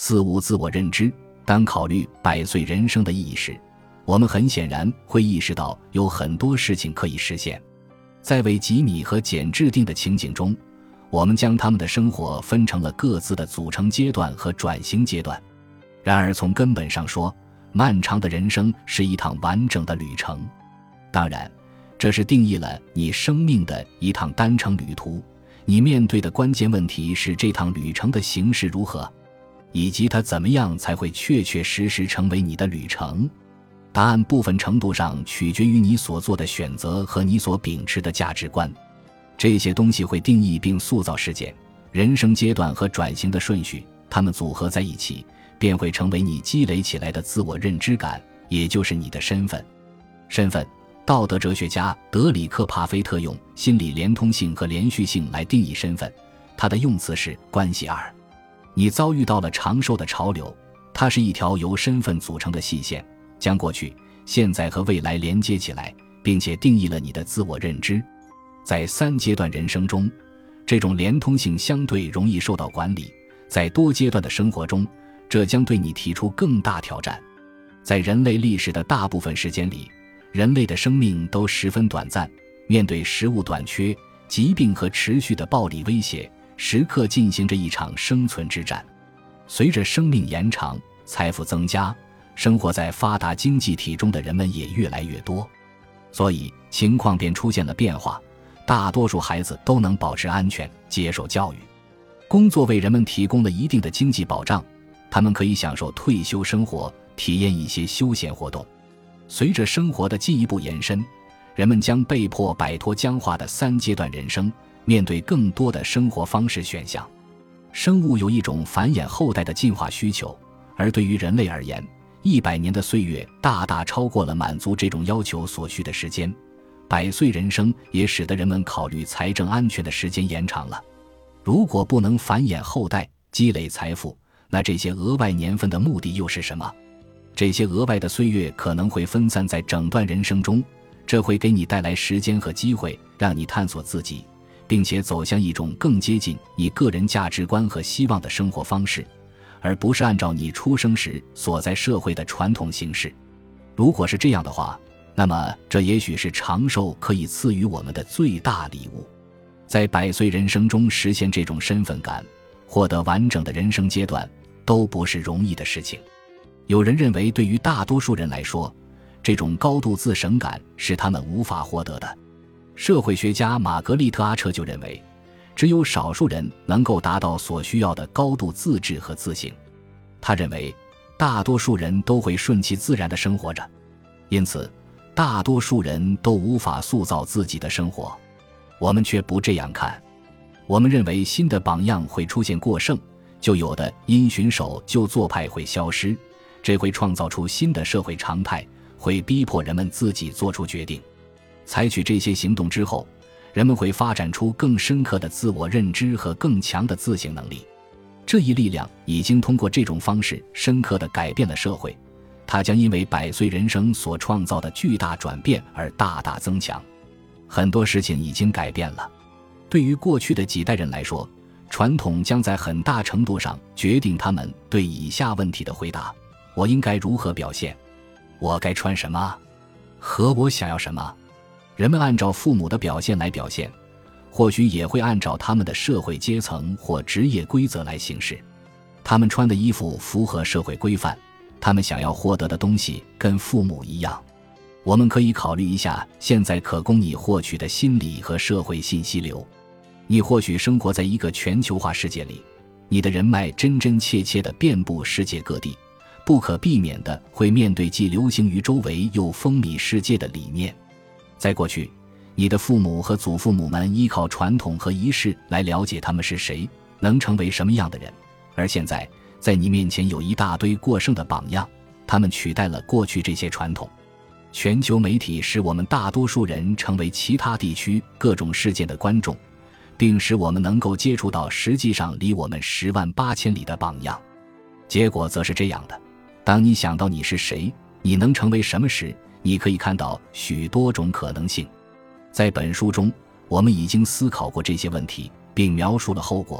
无自我认知，当考虑100岁人生的意义时，我们很显然会意识到有很多事情可以实现。在为吉米和简制定的情景中，我们将他们的生活分成了各自的组成阶段和转型阶段。然而从根本上说，漫长的人生是一趟完整的旅程。当然，这是定义了你生命的一趟单程旅途，你面对的关键问题是这趟旅程的形式如何，以及它怎么样才会确确实实成为你的旅程。答案部分程度上取决于你所做的选择和你所秉持的价值观。这些东西会定义并塑造事件、人生阶段和转型的顺序，它们组合在一起，便会成为你积累起来的自我认知感，也就是你的身份。身份，道德哲学家德里克·帕菲特用心理连通性和连续性来定义身份，他的用词是关系2。你遭遇到了长寿的潮流，它是一条由身份组成的细线，将过去、现在和未来连接起来，并且定义了你的自我认知。在3阶段人生中，这种连通性相对容易受到管理，在多阶段的生活中，这将对你提出更大挑战。在人类历史的大部分时间里，人类的生命都十分短暂，面对食物短缺、疾病和持续的暴力威胁，时刻进行着一场生存之战。随着生命延长，财富增加，生活在发达经济体中的人们也越来越多，所以情况便出现了变化。大多数孩子都能保持安全，接受教育。工作为人们提供了一定的经济保障，他们可以享受退休生活，体验一些休闲活动。随着生活的进一步延伸，人们将被迫摆脱僵化的3阶段人生，面对更多的生活方式选项。生物有一种繁衍后代的进化需求，而对于人类而言，100年的岁月大大超过了满足这种要求所需的时间。100岁人生也使得人们考虑财政安全的时间延长了。如果不能繁衍后代、积累财富，那这些额外年份的目的又是什么？这些额外的岁月可能会分散在整段人生中，这会给你带来时间和机会，让你探索自己，并且走向一种更接近你个人价值观和希望的生活方式，而不是按照你出生时所在社会的传统形式。如果是这样的话，那么这也许是长寿可以赐予我们的最大礼物。在100岁人生中实现这种身份感，获得完整的人生阶段，都不是容易的事情。有人认为，对于大多数人来说，这种高度自省感是他们无法获得的。社会学家玛格丽特·阿彻就认为，只有少数人能够达到所需要的高度自治和自省。他认为，大多数人都会顺其自然地生活着，因此大多数人都无法塑造自己的生活。我们却不这样看，我们认为新的榜样会出现过剩，旧有的因循守旧做派会消失，这会创造出新的社会常态，会逼迫人们自己做出决定。采取这些行动之后，人们会发展出更深刻的自我认知和更强的自省能力。这一力量已经通过这种方式深刻地改变了社会，它将因为100岁人生所创造的巨大转变而大大增强。很多事情已经改变了。对于过去的几代人来说，传统将在很大程度上决定他们对以下问题的回答：我应该如何表现？我该穿什么？和我想要什么？人们按照父母的表现来表现，或许也会按照他们的社会阶层或职业规则来行事。他们穿的衣服符合社会规范，他们想要获得的东西跟父母一样。我们可以考虑一下现在可供你获取的心理和社会信息流。你或许生活在一个全球化世界里，你的人脉真真切切地遍布世界各地，不可避免地会面对既流行于周围又风靡世界的理念。在过去，你的父母和祖父母们依靠传统和仪式来了解他们是谁，能成为什么样的人，而现在在你面前有一大堆过剩的榜样，他们取代了过去这些传统。全球媒体使我们大多数人成为其他地区各种事件的观众，并使我们能够接触到实际上离我们108000里的榜样。结果则是这样的：当你想到你是谁，你能成为什么时，你可以看到许多种可能性。在本书中，我们已经思考过这些问题，并描述了后果，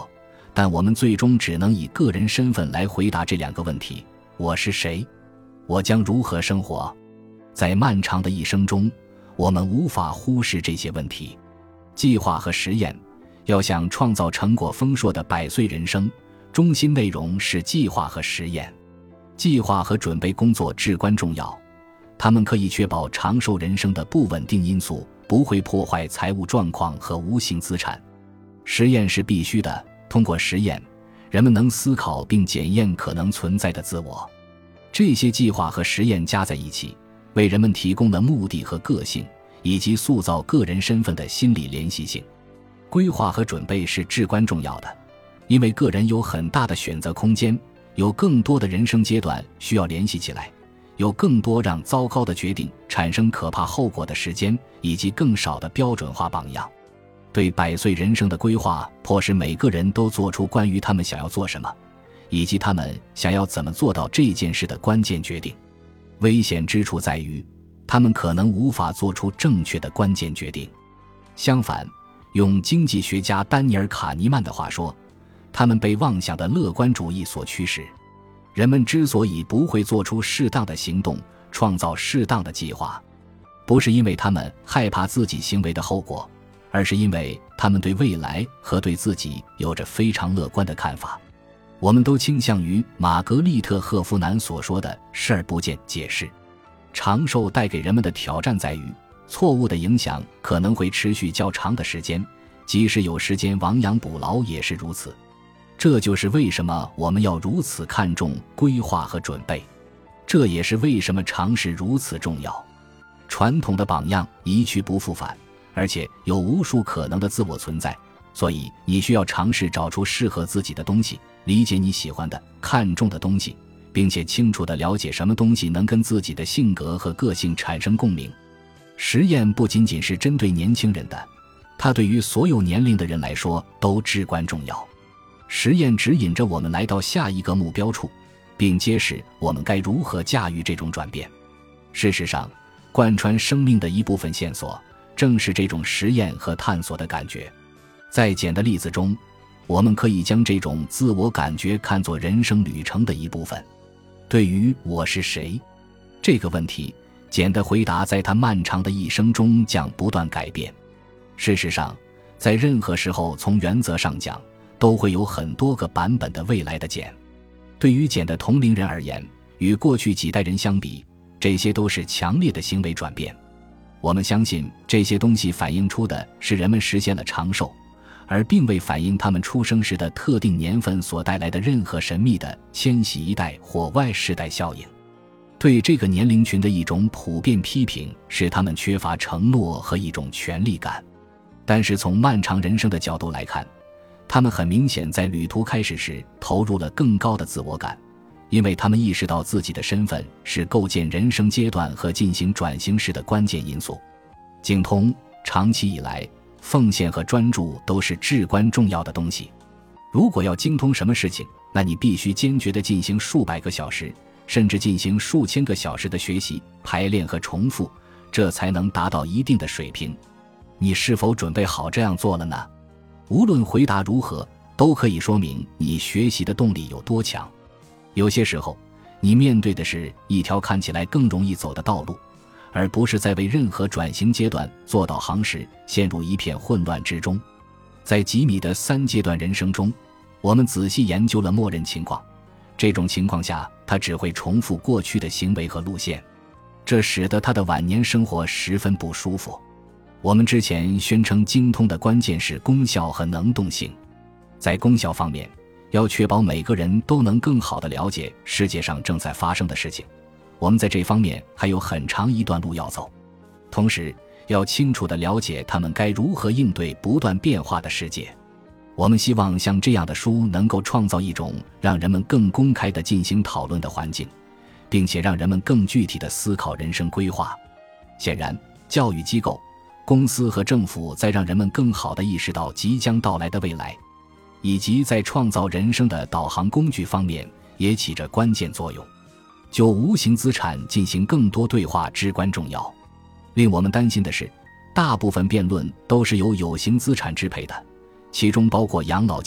但我们最终只能以个人身份来回答这2个问题：我是谁？我将如何生活？在漫长的一生中，我们无法忽视这些问题。计划和实验要想创造成果丰硕的100岁人生，中心内容是计划和实验。计划和准备工作至关重要，它们可以确保长寿人生的不稳定因素不会破坏财务状况和无形资产。实验是必须的，通过实验，人们能思考并检验可能存在的自我。这些计划和实验加在一起，为人们提供了目的和个性，以及塑造个人身份的心理联系性。规划和准备是至关重要的，因为个人有很大的选择空间，有更多的人生阶段需要联系起来，有更多让糟糕的决定产生可怕后果的时间，以及更少的标准化榜样。对100岁人生的规划迫使每个人都做出关于他们想要做什么，以及他们想要怎么做到这件事的关键决定。危险之处在于，他们可能无法做出正确的关键决定。相反，用经济学家丹尼尔·卡尼曼的话说，他们被妄想的乐观主义所驱使。人们之所以不会做出适当的行动，创造适当的计划，不是因为他们害怕自己行为的后果，而是因为他们对未来和对自己有着非常乐观的看法。我们都倾向于玛格丽特·赫夫南所说的视而不见解释。长寿带给人们的挑战在于，错误的影响可能会持续较长的时间，即使有时间亡羊补牢也是如此。这就是为什么我们要如此看重规划和准备，这也是为什么尝试如此重要。传统的榜样一去不复返，而且有无数可能的自我存在，所以你需要尝试找出适合自己的东西，理解你喜欢的、看重的东西，并且清楚地了解什么东西能跟自己的性格和个性产生共鸣。实验不仅仅是针对年轻人的，它对于所有年龄的人来说都至关重要。实验指引着我们来到下一个目标处，并揭示我们该如何驾驭这种转变。事实上，贯穿生命的一部分线索正是这种实验和探索的感觉。在简的例子中，我们可以将这种自我感觉看作人生旅程的一部分。对于我是谁这个问题，简的回答在他漫长的一生中将不断改变。事实上，在任何时候，从原则上讲，都会有很多个版本的未来的简。对于简的同龄人而言，与过去几代人相比，这些都是强烈的行为转变。我们相信这些东西反映出的是人们实现了长寿，而并未反映他们出生时的特定年份所带来的任何神秘的千禧一代或Y世代效应。对这个年龄群的一种普遍批评是他们缺乏承诺和一种权力感。但是从漫长人生的角度来看，他们很明显在旅途开始时投入了更高的自我感，因为他们意识到自己的身份是构建人生阶段和进行转型时的关键因素。精通长期以来，奉献和专注都是至关重要的东西。如果要精通什么事情，那你必须坚决地进行数百个小时，甚至进行数千个小时的学习、排练和重复，这才能达到一定的水平。你是否准备好这样做了呢？无论回答如何，都可以说明你学习的动力有多强。有些时候，你面对的是一条看起来更容易走的道路，而不是在为任何转型阶段做导航时陷入一片混乱之中。在吉米的3阶段人生中，我们仔细研究了默认情况。这种情况下，他只会重复过去的行为和路线，这使得他的晚年生活十分不舒服。我们之前宣称精通的关键是功效和能动性。在功效方面，要确保每个人都能更好地了解世界上正在发生的事情，我们在这方面还有很长一段路要走。同时，要清楚地了解他们该如何应对不断变化的世界。我们希望像这样的书能够创造一种让人们更公开地进行讨论的环境，并且让人们更具体地思考人生规划。显然，教育机构、公司和政府在让人们更好地意识到即将到来的未来，以及在创造人生的导航工具方面也起着关键作用。就无形资产进行更多对话至关重要。令我们担心的是，大部分辩论都是由有形资产支配的，其中包括养老金、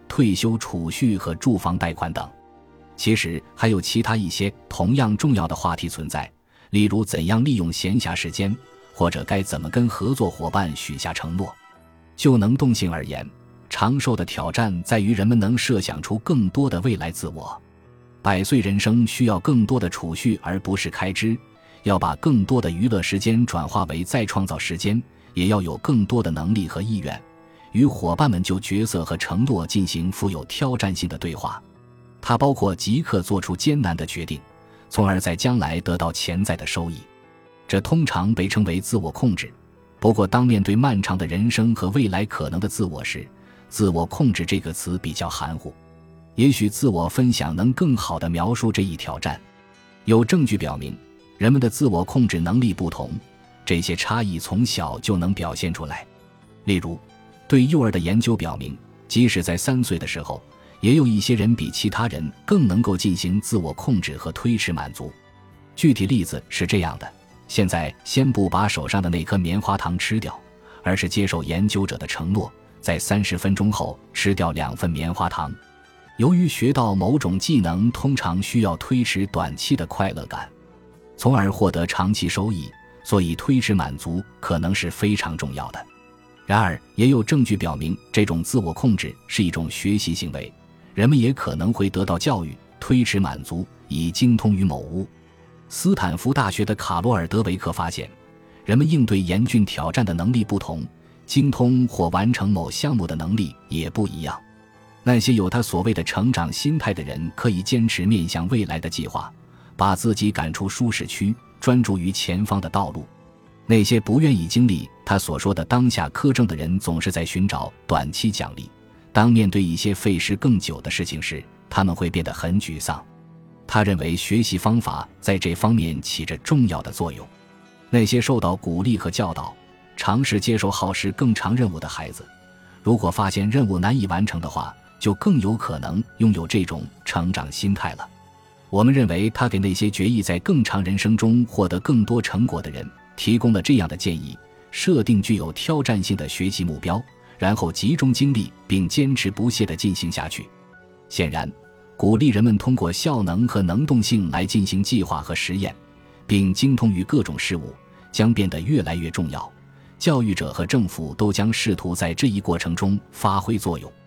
退休储蓄和住房贷款等。其实还有其他一些同样重要的话题存在，例如怎样利用闲暇时间，或者该怎么跟合作伙伴许下承诺。就能动性而言，长寿的挑战在于人们能设想出更多的未来自我。100岁人生需要更多的储蓄而不是开支，要把更多的娱乐时间转化为再创造时间，也要有更多的能力和意愿，与伙伴们就角色和承诺进行富有挑战性的对话。它包括即刻做出艰难的决定，从而在将来得到潜在的收益。这通常被称为自我控制。不过当面对漫长的人生和未来可能的自我时，自我控制这个词比较含糊。也许自我分享能更好地描述这一挑战。有证据表明，人们的自我控制能力不同，这些差异从小就能表现出来。例如，对幼儿的研究表明，即使在3岁的时候，也有一些人比其他人更能够进行自我控制和推迟满足。具体例子是这样的：现在先不把手上的那颗棉花糖吃掉，而是接受研究者的承诺，在30分钟后吃掉2份棉花糖。由于学到某种技能通常需要推迟短期的快乐感，从而获得长期收益，所以推迟满足可能是非常重要的。然而，也有证据表明，这种自我控制是一种学习行为，人们也可能会得到教育，推迟满足，以精通于某物。斯坦福大学的卡罗尔·德维克发现，人们应对严峻挑战的能力不同，精通或完成某项目的能力也不一样。那些有他所谓的成长心态的人，可以坚持面向未来的计划，把自己赶出舒适区，专注于前方的道路。那些不愿意经历他所说的当下苛政的人，总是在寻找短期奖励，当面对一些费时更久的事情时，他们会变得很沮丧。他认为学习方法在这方面起着重要的作用。那些受到鼓励和教导，尝试接受耗时更长任务的孩子，如果发现任务难以完成的话，就更有可能拥有这种成长心态了。我们认为他给那些决意在更长人生中获得更多成果的人提供了这样的建议：设定具有挑战性的学习目标，然后集中精力并坚持不懈地进行下去。显然，鼓励人们通过效能和能动性来进行计划和实验，并精通于各种事物，将变得越来越重要。教育者和政府都将试图在这一过程中发挥作用。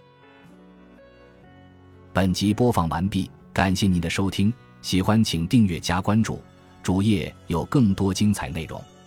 本集播放完毕，感谢您的收听，喜欢请订阅加关注，主页有更多精彩内容。